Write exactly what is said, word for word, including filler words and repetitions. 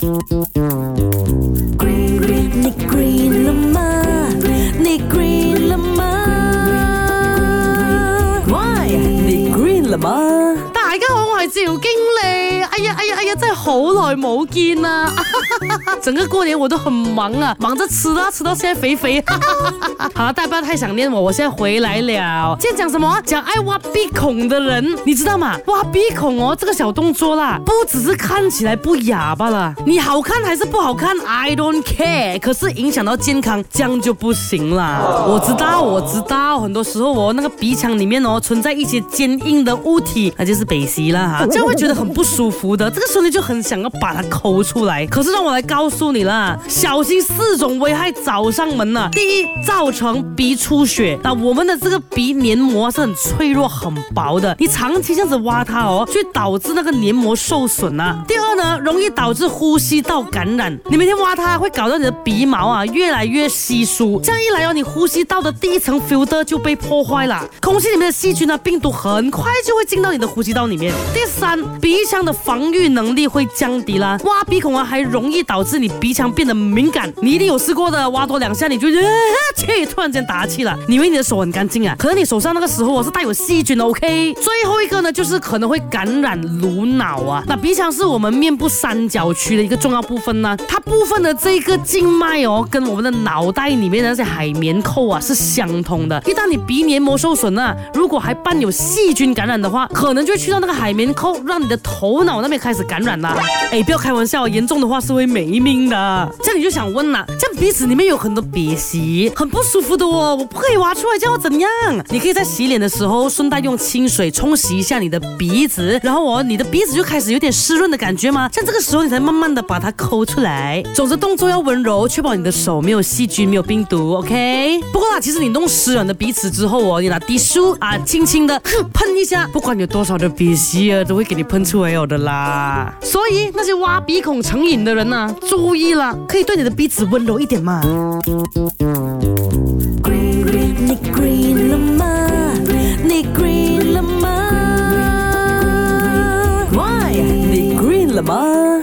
你 green 了吗？你 green 了吗 ？Why？ 你 green 了嗎？ 大家好，我係趙經理。哎呀哎呀哎呀，真係好耐冇見啦！整個過年我都很忙啊，忙着吃啦，吃到現在肥肥。好了，大家不要太想念我，我現在回來了。今天講什麼？講愛挖鼻孔的人，你知道嗎？挖鼻孔哦，這個小動作啦，不只是看起來不雅罷了，你好看還是不好看 ，I don't care。可是影響到健康，這樣就不行啦。我知道，我知道，很多時候哦，那個鼻腔裡面哦存在一些堅硬的物體，那就是北西啦哈，這樣會覺得很不舒服的。這個時候你就很想要把它摳出來。可是讓我來告訴你啦，小心四種危害找上門了。第一，造成鼻出血。那我們的這個鼻黏膜是很脆弱、很薄的，你長期這樣子挖它哦，就會導致那個黏膜受損啊。第二呢，容易導致呼吸道感染。你每天挖它，會搞到你的鼻毛啊越來越稀疏。這樣一來哦，你呼吸道的第一層 filter 就被破壞了，空氣裡面的細菌啊、病毒很快就會進到你的呼吸道裡面。第三，鼻腔的防禦能力會降低啦。挖鼻孔啊，還容易導致你鼻腔變得敏感。你一定有試過的，挖多兩下你就呃氣，突然間打氣了。你以為你的手很乾淨啊？可能你手上那個時候我是帶有細菌的 ，OK。最後一個呢，就是可能會感染顱腦啊。那鼻腔是我們面部三角區的一個重要部分呢、啊，它部分的這個靜脈哦，跟我們的腦袋裡面的那些海綿扣啊是相通的。一旦你鼻黏膜受損啊，如果還伴有細菌感染的話，可能就會去到那個海綿扣，讓你的頭腦那邊開始感染啦。哎，不要開玩笑，嚴重的話是會沒命的。這樣你就想問啦，這樣鼻子裡面有很多鼻息，很不舒服的哦，我不可以挖出來，這樣怎樣？你可以在洗臉的時候順帶用清水沖洗一下你的鼻子，然後哦，你的鼻子就開始有點濕潤的感覺嘛，像這個時候你才慢慢的把它摳出來。總之動作要溫柔，確保你的手沒有細菌，沒有病毒 ，OK？ 不過啦，其實你弄濕了你的鼻子之後哦，你拿滴數啊，輕輕的噴一下，不管你有多少的鼻息啊，都會給你噴出來有的啦。所以那些挖鼻孔成癮的人啊，注意啦，可以對你的鼻子溫柔一點嘛。 你 green 了嗎？你 green 了嗎 ？Why？ 你 green 了嗎？